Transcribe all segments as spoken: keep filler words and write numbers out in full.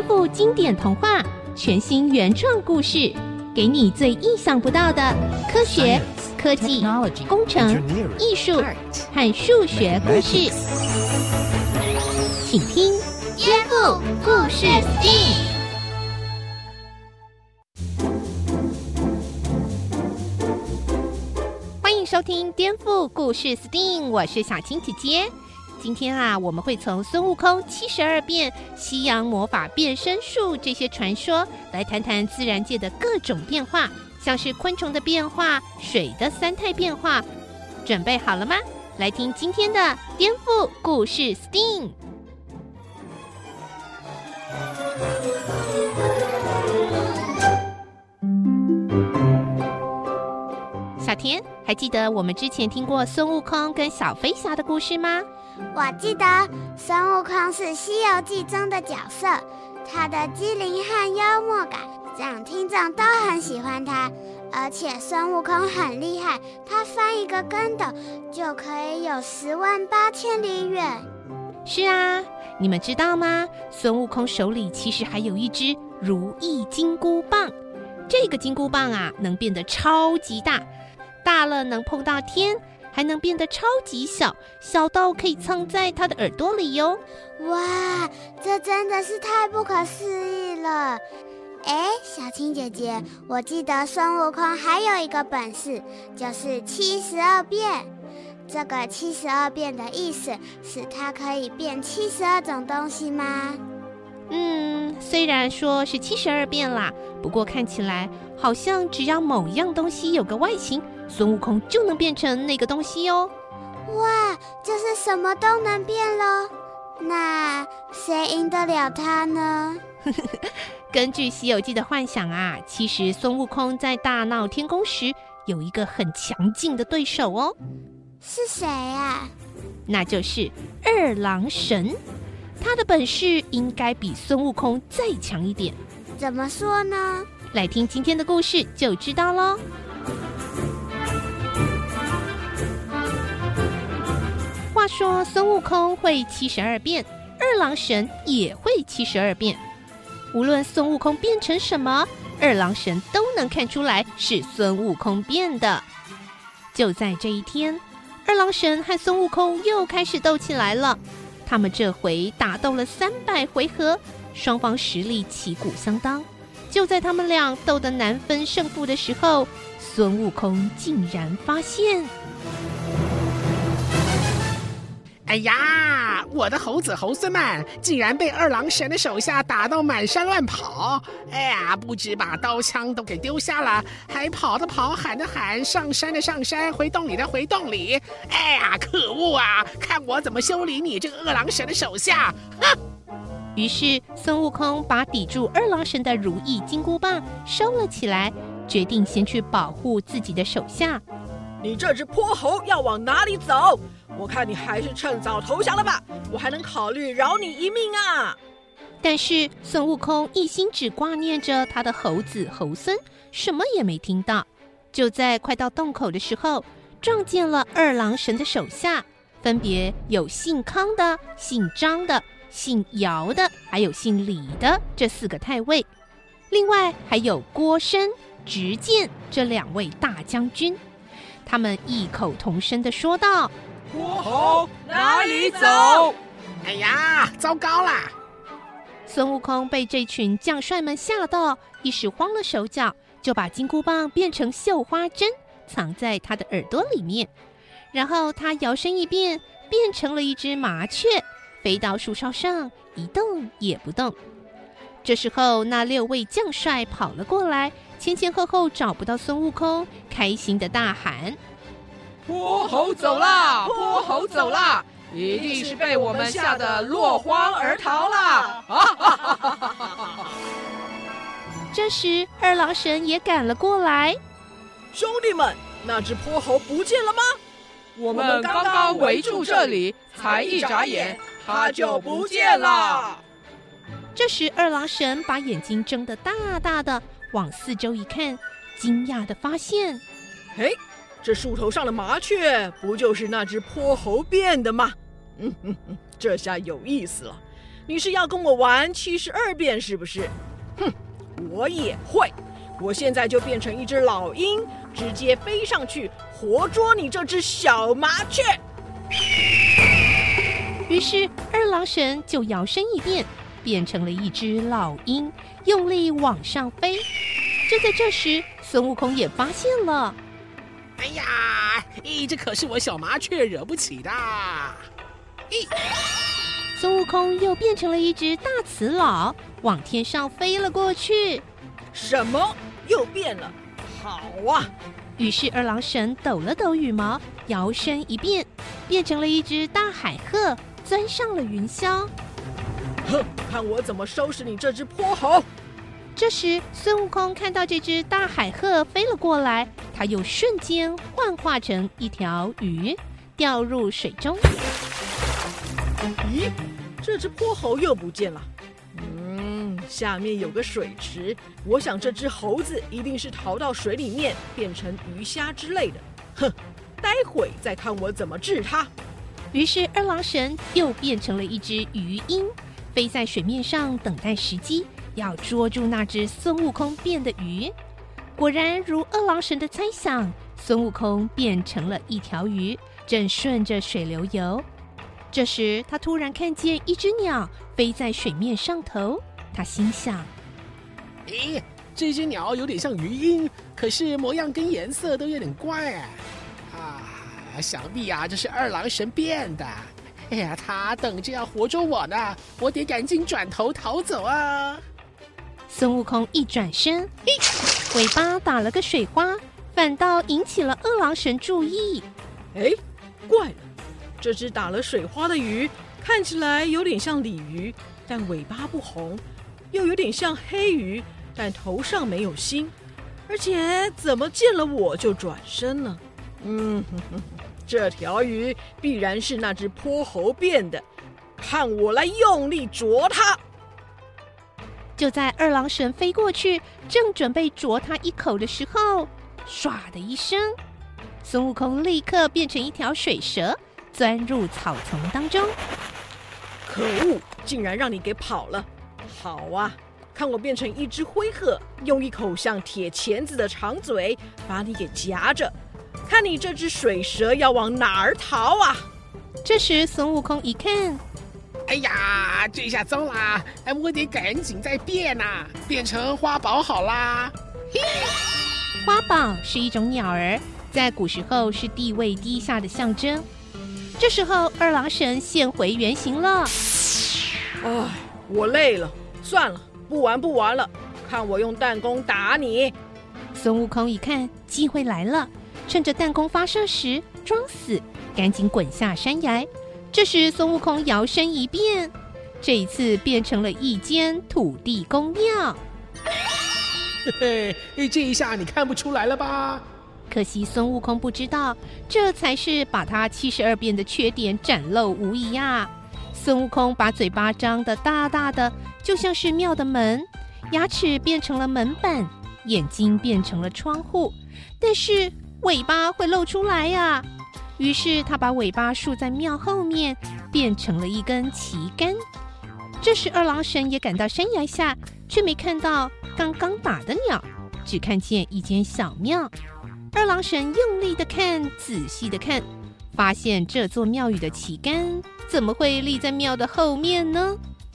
颠覆经典童话，全新原创故事，给你最意想不到的科学、科技、工程、艺术和数学故事。请听《颠覆故事 S T E A M》。欢迎收听《颠覆故事 S T E A M》，我是小青姐姐。今天啊，我们会从孙悟空七十二变、西洋魔法变身术这些传说来谈谈自然界的各种变化，像是昆虫的变化、水的三态变化。准备好了吗？来听今天的颠覆故事 S T E A M。小田，还记得我们之前听过孙悟空跟小飞侠的故事吗？ 我记得孙悟空是《西游记》中的角色，他的机灵和幽默感让听众都很喜欢他。而且孙悟空很厉害，他翻一个跟斗就可以有十万八千里远。 是啊，你们知道吗？孙悟空手里其实还有一只如意金箍棒，这个金箍棒啊，能变得超级大，大了能碰到天，还能变得超级小，小到可以藏在他的耳朵里哟。 哇，这真的是太不可思议了！哎，小青姐姐，我记得孙悟空还有一个本事，就是七十二变。这个七十二变的意思是他可以变七十二种东西吗？ 嗯，虽然说是七十二变啦，不过看起来好像只要某样东西有个外形，孙悟空就能变成那个东西哦。 哇，就是什么都能变咯。那谁赢得了他呢？ 根据《西游记》的幻想啊，其实孙悟空在大闹天宫时有一个很强劲的对手哦。 是谁啊？ 那就是二郎神，他的本事应该比孙悟空再强一点。 怎么说呢？ 来听今天的故事就知道咯。话说孙悟空会七十二变，二郎神也会七十二变。无论孙悟空变成什么，二郎神都能看出来是孙悟空变的。就在这一天，二郎神和孙悟空又开始斗起来了。他们这回打斗了三百回合，双方实力旗鼓相当。就在他们俩斗得难分胜负的时候，孙悟空竟然发现， 哎呀，我的猴子猴孙们竟然被二郎神的手下打到满山乱跑！哎呀，不止把刀枪都给丢下了，还跑的跑，喊的喊，上山的上山，回洞里的回洞里。哎呀，可恶啊！看我怎么修理你这个二郎神的手下！哼！ 于是孙悟空把抵住二郎神的如意金箍棒收了起来，决定先去保护自己的手下。 你这只泼猴要往哪里走？我看你还是趁早投降了吧，我还能考虑饶你一命啊！ 但是孙悟空一心只挂念着他的猴子猴孙，什么也没听到。就在快到洞口的时候，撞见了二郎神的手下，分别有姓康的、姓张的、姓姚的，还有姓李的这四个太尉，另外还有郭深、执剑这两位大将军。他们异口同声地说道： 泼猴哪里走？ 哎呀，糟糕啦！ 孙悟空被这群将帅们吓到，一时慌了手脚，就把金箍棒变成绣花针，藏在他的耳朵里面。然后他摇身一变，变成了一只麻雀，飞到树梢上，一动也不动。这时候，那六位将帅跑了过来，前前后后找不到孙悟空，开心的大喊： 泼猴走啦！泼猴走啦！一定是被我们吓得落荒而逃啦！ 这时二郎神也赶了过来： 兄弟们，那只泼猴不见了吗？ 我们刚刚围住这里，才一眨眼，它就不见了。 这时二郎神把眼睛睁得大大的，往四周一看，惊讶地发现， 嘿，这树头上的麻雀不就是那只泼猴变的吗？嗯哼哼，这下有意思了。 你是要跟我玩七十二变是不是？哼，我也会。我现在就变成一只老鹰，直接飞上去，活捉你这只小麻雀。 于是二郎神就摇身一变，变成了一只老鹰，用力往上飞。就在这时，孙悟空也发现了。 哎呀，咦，这可是我小麻雀惹不起的。咦， 孙悟空又变成了一只大雌老，往天上飞了过去。 什么？又变了？好啊！ 于是二郎神抖了抖羽毛，摇身一变，变成了一只大海鹤，钻上了云霄。 哼，看我怎么收拾你这只泼猴！ 这时，孙悟空看到这只大海鹤飞了过来，他又瞬间幻化成一条鱼，掉入水中。 咦，这只泼猴又不见了。嗯，下面有个水池，我想这只猴子一定是逃到水里面，变成鱼虾之类的。哼，待会再看我怎么治它。 于是二郎神又变成了一只鱼鹰，飞在水面上等待时机，要捉住那只孙悟空变的鱼。果然如二郎神的猜想，孙悟空变成了一条鱼，正顺着水流游。这时他突然看见一只鸟飞在水面上头，他心想： 咦，这只鸟有点像鱼鹰，可是模样跟颜色都有点怪啊！啊，想必啊，这是二郎神变的。哎呀，他等着要活捉我呢，我得赶紧转头逃走啊！ 孙悟空一转身，尾巴打了个水花，反倒引起了二郎神注意。 哎，怪了，这只打了水花的鱼看起来有点像鲤鱼，但尾巴不红，又有点像黑鱼，但头上没有星，而且怎么见了我就转身了？嗯哼哼，这条鱼必然是那只泼猴变的，看我来用力啄它！ 就在二郎神飞过去，正准备啄它一口的时候，唰的一声，孙悟空立刻变成一条水蛇，钻入草丛当中。 可恶，竟然让你给跑了！好啊，看我变成一只灰鹤，用一口像铁钳子的长嘴把你给夹着，看你这只水蛇要往哪儿逃啊！ 这时孙悟空一看， 哎呀，这下糟啦！哎，我得赶紧再变啊，变成花宝好啦！ 花宝是一种鸟儿，在古时候是地位低下的象征。这时候二郎神现回原形了。 哎，我累了，算了，不玩不玩了，看我用弹弓打你！ 孙悟空一看机会来了，趁着弹弓发射时装死，赶紧滚下山崖。这时孙悟空摇身一变，这一次变成了一间土地公庙。 嘿嘿，这一下你看不出来了吧？ 可惜孙悟空不知道，这才是把他七十二变的缺点展露无遗啊！孙悟空把嘴巴张得大大的，就像是庙的门，牙齿变成了门板，眼睛变成了窗户，但是尾巴会露出来呀！于是他把尾巴竖在庙后面，变成了一根旗杆。这时二郎神也赶到山崖下，却没看到刚刚打的鸟，只看见一间小庙。二郎神用力的看，仔细的看，发现这座庙宇的旗杆怎么会立在庙的后面呢？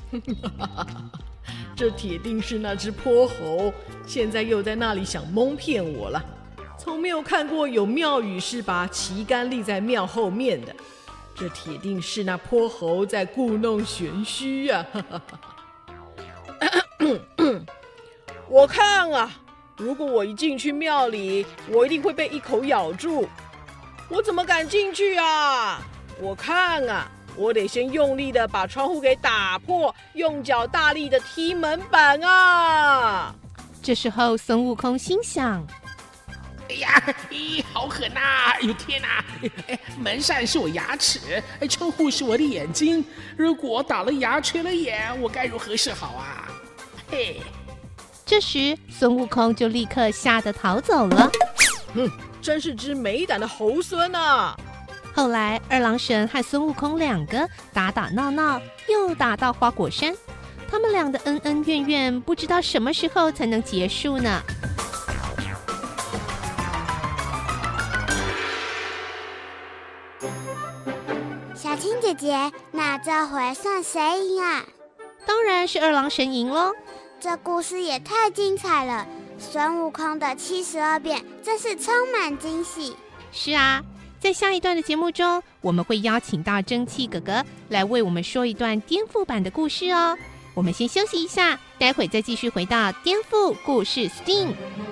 这铁定是那只泼猴，现在又在那里想蒙骗我了。从没有看过有庙宇是把旗杆立在庙后面的，这铁定是那泼猴在故弄玄虚啊！我看啊，如果我一进去庙里，我一定会被一口咬住。我怎么敢进去啊？我看啊，我得先用力的把窗户给打破，用脚大力的踢门板啊！ 这时候孙悟空心想： 哎呀，咦，好狠呐！哎呦天哪！哎，门扇是我牙齿，哎，窗户是我的眼睛。如果打了牙缺了眼，我该如何是好啊？嘿！ 这时孙悟空就立刻吓得逃走了。 哼，真是只没胆的猴孙啊！ 后来二郎神和孙悟空两个打打闹闹，又打到花果山，他们俩的恩恩怨怨不知道什么时候才能结束呢。 小青姐姐，那这回算谁赢啊？ 当然是二郎神赢咯。 这故事也太精彩了，孙悟空的七十二变真是充满惊喜。 是啊，在下一段的节目中，我们会邀请到蒸汽哥哥来为我们说一段颠覆版的故事哦。我们先休息一下，待会再继续回到颠覆故事 Steam。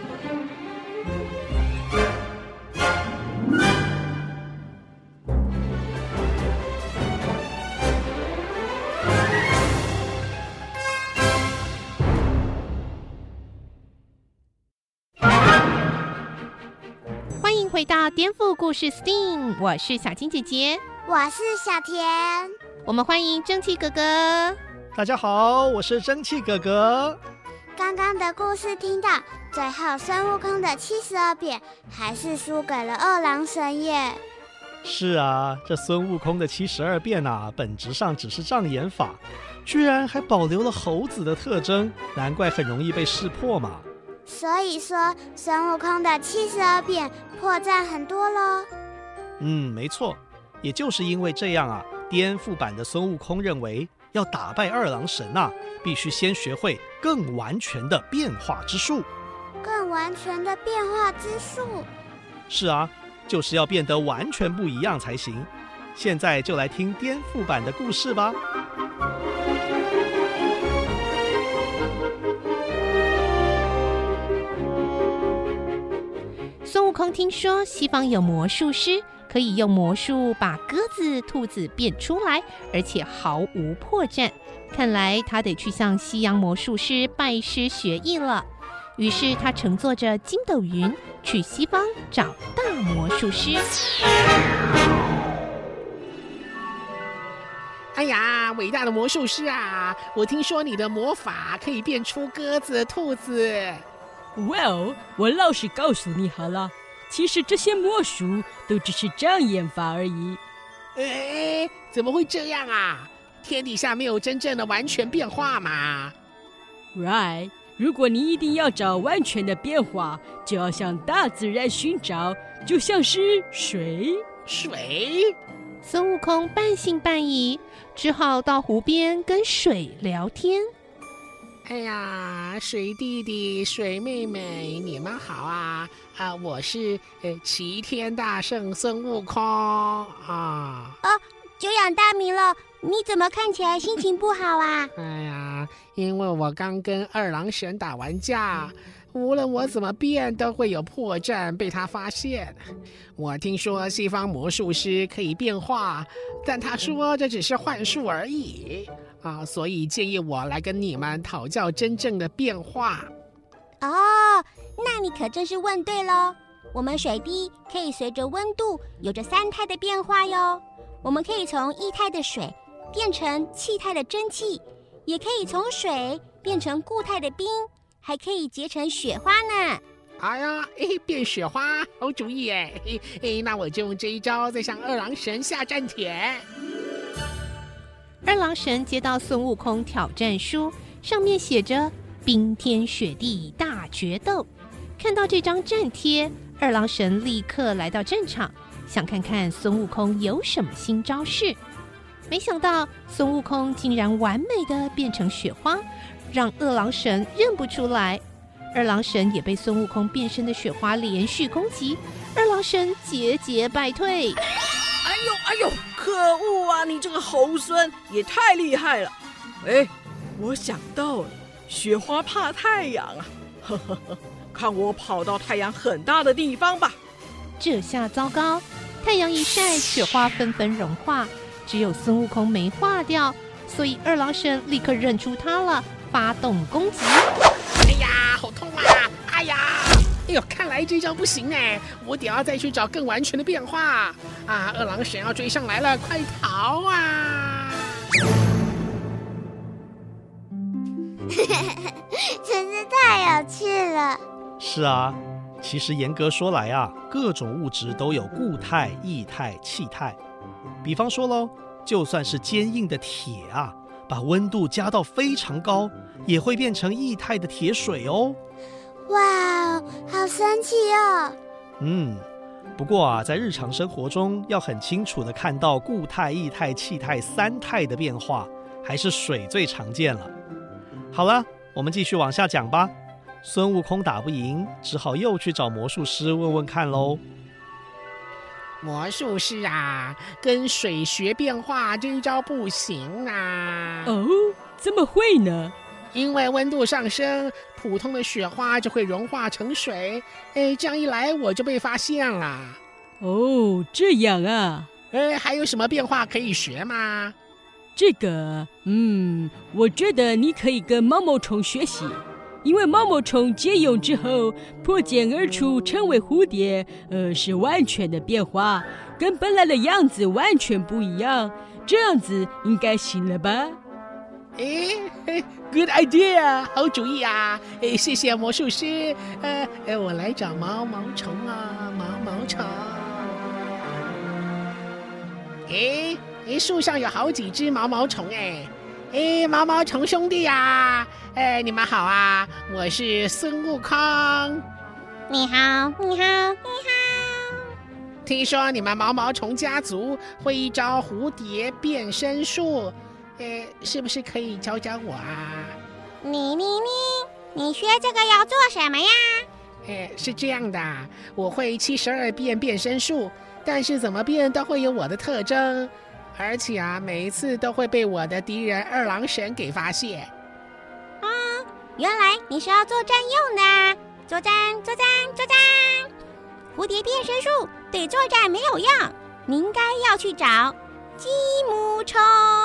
回到颠覆故事 Steam， 我是小青姐姐， 我是小田， 我们欢迎蒸汽哥哥。 大家好，我是蒸汽哥哥。 刚刚的故事听到最后，孙悟空的七十二变还是输给了二郎神耶。 是啊，这孙悟空的七十二变啊，本质上只是障眼法，居然还保留了猴子的特征，难怪很容易被识破嘛。 所以说，孙悟空的七十二变破绽很多咯。 嗯，没错，也就是因为这样啊，颠覆版的孙悟空认为，要打败二郎神啊，必须先学会更完全的变化之术。 更完全的变化之术？ 是啊，就是要变得完全不一样才行。现在就来听颠覆版的故事吧。 孙悟空听说西方有魔术师，可以用魔术把鸽子、兔子变出来，而且毫无破绽。看来他得去向西洋魔术师拜师学艺了。于是他乘坐着筋斗云去西方找大魔术师。 哎呀，伟大的魔术师啊！我听说你的魔法可以变出鸽子、兔子。 Well， 我老实告诉你好了，其实这些魔术都只是障眼法而已。 哎，怎么会这样啊？天底下没有真正的完全变化嘛。 Right， 如果你一定要找完全的变化，就要向大自然寻找，就像是水。 水？ 孙悟空半信半疑，只好到湖边跟水聊天。 哎呀，水弟弟、水妹妹，你们好啊！啊，我是呃齐天大圣孙悟空啊。 哦，久仰大名了，你怎么看起来心情不好啊？ 哎呀，因为我刚跟二郎神打完架，无论我怎么变都会有破绽被他发现。我听说西方魔术师可以变化，但他说这只是幻术而已。啊，所以建议我来跟你们讨教真正的变化。 哦，那你可真是问对咯。我们水滴可以随着温度有着三态的变化哟。我们可以从液态的水变成气态的蒸汽，也可以从水变成固态的冰，还可以结成雪花呢。 哎呀，哎，变雪花，好主意哎！哎，那我就用这一招再向二郎神下战帖。 二郎神接到孙悟空挑战书，上面写着冰天雪地大决斗。看到这张战帖，二郎神立刻来到战场，想看看孙悟空有什么新招式。没想到孙悟空竟然完美的变成雪花，让二郎神认不出来。二郎神也被孙悟空变身的雪花连续攻击，二郎神节节败退。 哎呦哎呦，可恶啊！你这个猴孙也太厉害了！哎，我想到了，雪花怕太阳啊！呵呵呵，看我跑到太阳很大的地方吧！ 这下糟糕，太阳一晒，雪花纷纷融化，只有孙悟空没化掉，所以二郎神立刻认出他了，发动攻击。 哎呀，好痛啊！哎呀！哎呦，看来这招不行哎，我得要再去找更完全的变化啊！二郎神要追上来了，快逃啊！ 真是太有趣了。 是啊， 其实严格说来啊，各种物质都有固态、液态、气态。比方说咯，就算是坚硬的铁啊，把温度加到非常高，也会变成液态的铁水哦。 哇，好神奇哦！ 嗯，不过啊，在日常生活中要很清楚地看到固态、液态、气态三态的变化，还是水最常见了。好了，我们继续往下讲吧。孙悟空打不赢，只好又去找魔术师问问看喽。 魔术师啊，跟水学变化这一招不行啊！ 哦，怎么会呢？ 因为温度上升，普通的雪花就会融化成水，哎，这样一来我就被发现了。 哦，这样啊。 哎，还有什么变化可以学吗？ 这个，嗯，我觉得你可以跟毛毛虫学习。因为毛毛虫结蛹之后破茧而出，成为蝴蝶，呃，是完全的变化，跟本来的样子完全不一样。这样子应该行了吧？ 哎 ，Good idea， 好主意啊！哎，谢谢魔术师。呃，哎，我来找毛毛虫啊，毛毛虫。哎，哎，树上有好几只毛毛虫哎。哎，毛毛虫兄弟啊，哎，你们好啊，我是孙悟空。 你好，你好，你好。 听说你们毛毛虫家族会一招蝴蝶变身术，哎，是不是可以教教我啊？ 你你你，你学这个要做什么呀？ 哎，是这样的，我会七十二变变身术，但是怎么变都会有我的特征。而且啊，每一次都会被我的敌人二郎神给发现。 啊，原来你是要作战用的！作战，作战，作战！蝴蝶变身术对作战没有用，你应该要去找鸡母虫。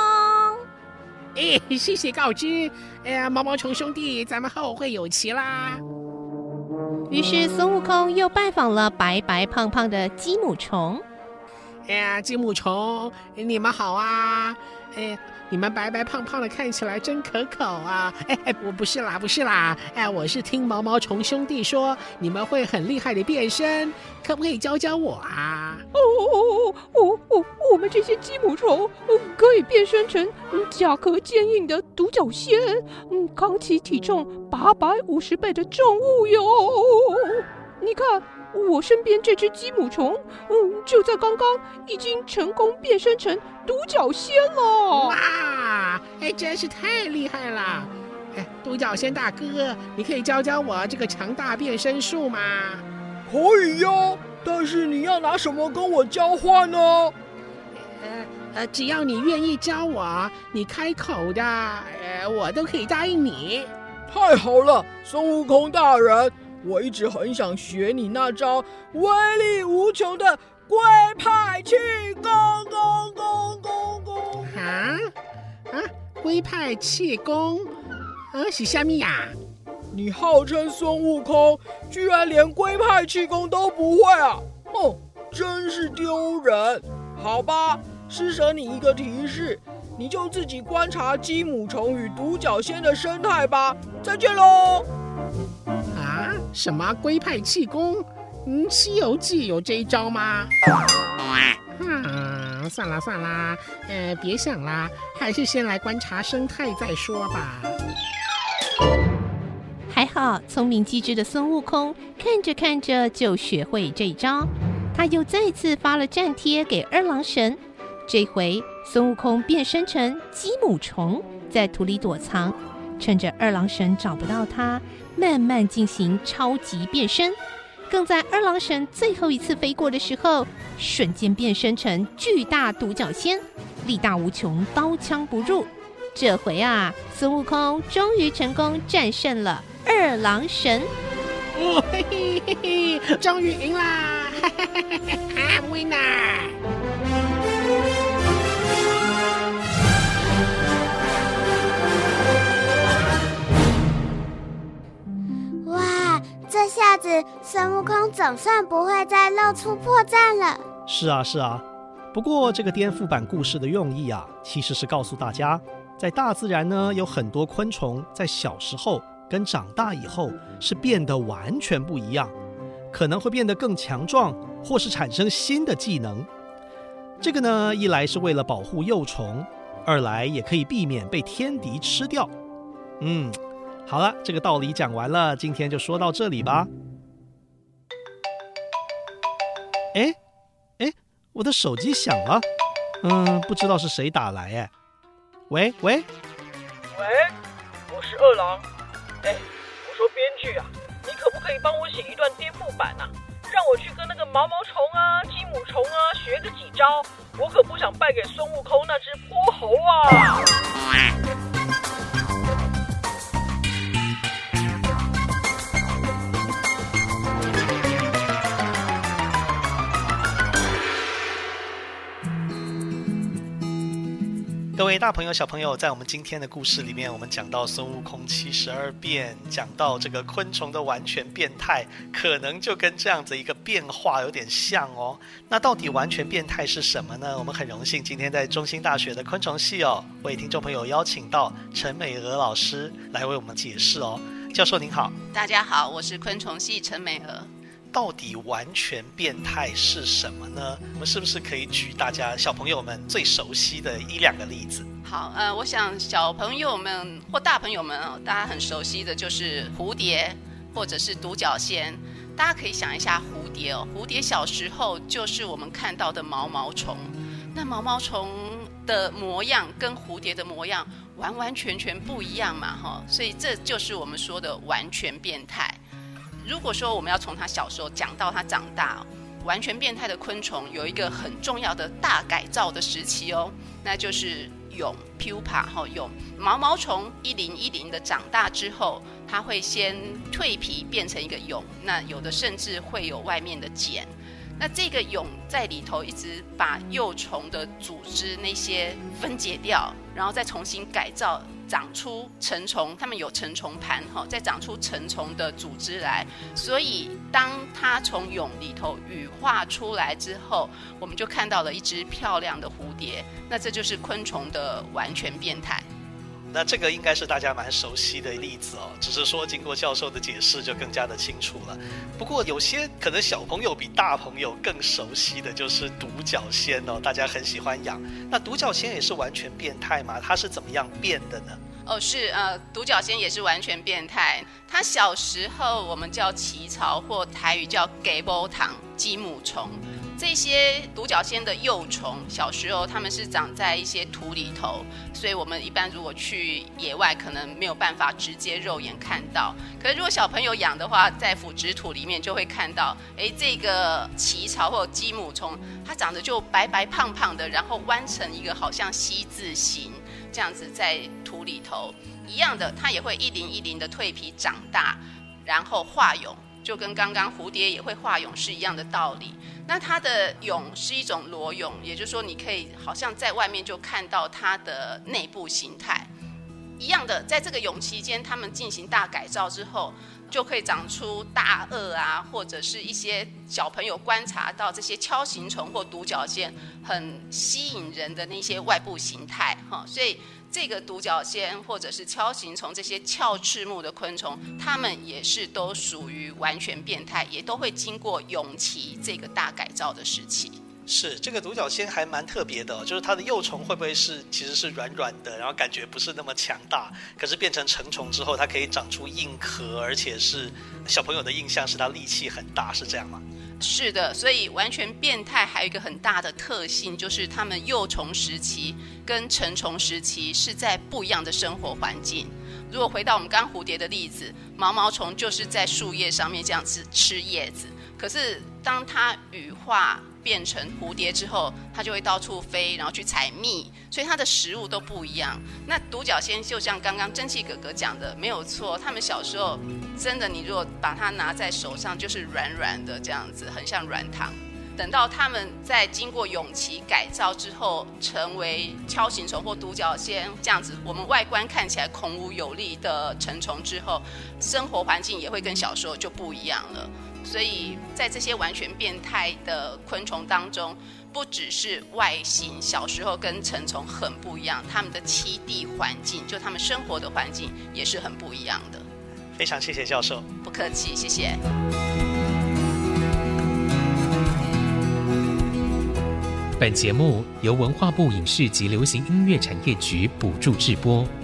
哎，谢谢告知。哎呀，毛毛虫兄弟，咱们后会有期啦！ 于是孙悟空又拜访了白白胖胖的鸡母虫。 哎呀，鸡母虫，你们好啊！哎，你们白白胖胖的，看起来真可口啊！哎哎，我不是啦，不是啦，哎，我是听毛毛虫兄弟说你们会很厉害的变身，可不可以教教我啊？ 哦哦哦哦，我们这些鸡母虫，嗯，可以变身成甲壳坚硬的独角仙，嗯，扛起体重八百五十倍的重物哟！你看。我身边这只鸡母虫，嗯，就在刚刚已经成功变身成独角仙了。 哇，哎，真是太厉害了！哎，独角仙大哥，你可以教教我这个强大变身术吗？ 可以呀，但是你要拿什么跟我交换呢？ 呃呃，只要你愿意教我，你开口的，呃，我都可以答应你。 太好了，孙悟空大人。我一直很想学你那招威力无穷的龟派气功，功功功功啊啊！龟派气功啊，是什么呀？ 你号称孙悟空，居然连龟派气功都不会啊！哦，真是丢人。好吧，施舍你一个提示，你就自己观察鸡母虫与独角仙的生态吧。再见喽。 啊，什么龟派气功？嗯，《西游记》有这一招吗？嗯，算了算了，呃，别想啦，还是先来观察生态再说吧。 还好，聪明机智的孙悟空看着看着就学会这一招，他又再次发了战帖给二郎神。这回孙悟空变身成鸡母虫，在土里躲藏，趁着二郎神找不到他，慢慢进行超级变身，更在二郎神最后一次飞过的时候，瞬间变身成巨大独角仙，力大无穷，刀枪不入。这回啊，孙悟空终于成功战胜了二郎神。 哦嘿嘿嘿嘿，终于赢啦！哈哈哈哈哈 ，winner！ 这下子孙悟空总算不会再露出破绽了。 是啊是啊，不过这个颠覆版故事的用意啊，其实是告诉大家，在大自然呢，有很多昆虫在小时候跟长大以后是变得完全不一样。 可能会变得更强壮，或是产生新的技能。这个呢，一来是为了保护幼虫，二来也可以避免被天敌吃掉。嗯，好了，这个道理讲完了，今天就说到这里吧。哎哎，我的手机响了，嗯，不知道是谁打来哎。喂喂喂，我是二郎。哎，我说编剧啊，你可不可以帮我写一段颠覆版啊？让我去跟那个毛毛虫啊、鸡母虫啊学个几招，我可不想败给孙悟空那只泼猴啊！ 各位大朋友小朋友，在我们今天的故事里面，我们讲到孙悟空七十二变，讲到这个昆虫的完全变态，可能就跟这样子一个变化有点像哦。那到底完全变态是什么呢？我们很荣幸今天在中兴大学的昆虫系哦，为听众朋友邀请到陈美娥老师来为我们解释哦。教授您好。 大家好，我是昆虫系陈美娥。 到底完全变态是什么呢？我们是不是可以举大家小朋友们最熟悉的一两个例子？ 好，呃，我想小朋友们或大朋友们哦，大家很熟悉的就是蝴蝶或者是独角仙。大家可以想一下蝴蝶哦，蝴蝶小时候就是我们看到的毛毛虫，那毛毛虫的模样跟蝴蝶的模样完完全全不一样嘛，哈，所以这就是我们说的完全变态。如果说我们要从他小时候讲到他长大，完全变态的昆虫有一个很重要的大改造的时期哦，那就是蛹 pupa 哈蛹毛毛虫一零一零的长大之后，它会先蜕皮变成一个蛹，那有的甚至会有外面的茧。那这个蛹在里头一直把幼虫的组织那些分解掉，然后再重新改造，长出成虫，它们有成虫盘，再长出成虫的组织来。所以当它从蛹里头羽化出来之后，我们就看到了一只漂亮的蝴蝶。那这就是昆虫的完全变态。 那这个应该是大家蛮熟悉的例子哦，只是说经过教授的解释就更加的清楚了。不过有些可能小朋友比大朋友更熟悉的就是独角仙哦，大家很喜欢养。那独角仙也是完全变态吗？它是怎么样变的呢？ 哦，是呃，独角仙也是完全变态。它小时候我们叫奇巢，或台语叫给波糖鸡母虫。这些独角仙的幼虫，小时候它们是长在一些土里头，所以我们一般如果去野外，可能没有办法直接肉眼看到。可是如果小朋友养的话，在腐殖土里面就会看到，哎，这个奇巢或鸡母虫，它长得就白白胖胖的，然后弯成一个好像西字形，这样子在土里头。一样的，它也会一零一零的蜕皮长大，然后化蛹。就跟刚刚蝴蝶也会化蛹是一样的道理。那它的蛹是一种裸蛹，也就是说你可以好像在外面就看到它的内部形态。一样的，在这个蛹期间，他们进行大改造之后，就可以长出大颚啊，或者是一些小朋友观察到这些锹形虫或独角仙很吸引人的那些外部形态哈，所以这个独角仙或者是锹形虫这些鞘翅目的昆虫，它们也是都属于完全变态，也都会经过蛹期这个大改造的时期。 是，这个独角仙还蛮特别的、哦、就是它的幼虫会不会是其实是软软的，然后感觉不是那么强大，可是变成成虫之后它可以长出硬壳，而且是小朋友的印象是它力气很大，是这样吗？ 是的，所以完全变态还有一个很大的特性，就是它们幼虫时期跟成虫时期是在不一样的生活环境。如果回到我们刚蝴蝶的例子，毛毛虫就是在树叶上面这样子吃叶子，可是当它羽化变成蝴蝶之后，它就会到处飞，然后去采蜜，所以它的食物都不一样。那独角仙就像刚刚蒸汽哥哥讲的没有错，他们小时候真的，你如果把它拿在手上就是软软的这样子，很像软糖。等到他们在经过蛹期改造之后，成为锹形虫或独角仙这样子，我们外观看起来孔武有力的成虫之后，生活环境也会跟小时候就不一样了。所以在这些完全变态的昆虫当中，不只是外形小时候跟成虫很不一样，他们的栖地环境，就他们生活的环境也是很不一样的。 非常谢谢教授。 不客气，谢谢。 本节目由文化部影视及流行音乐产业局补助制播。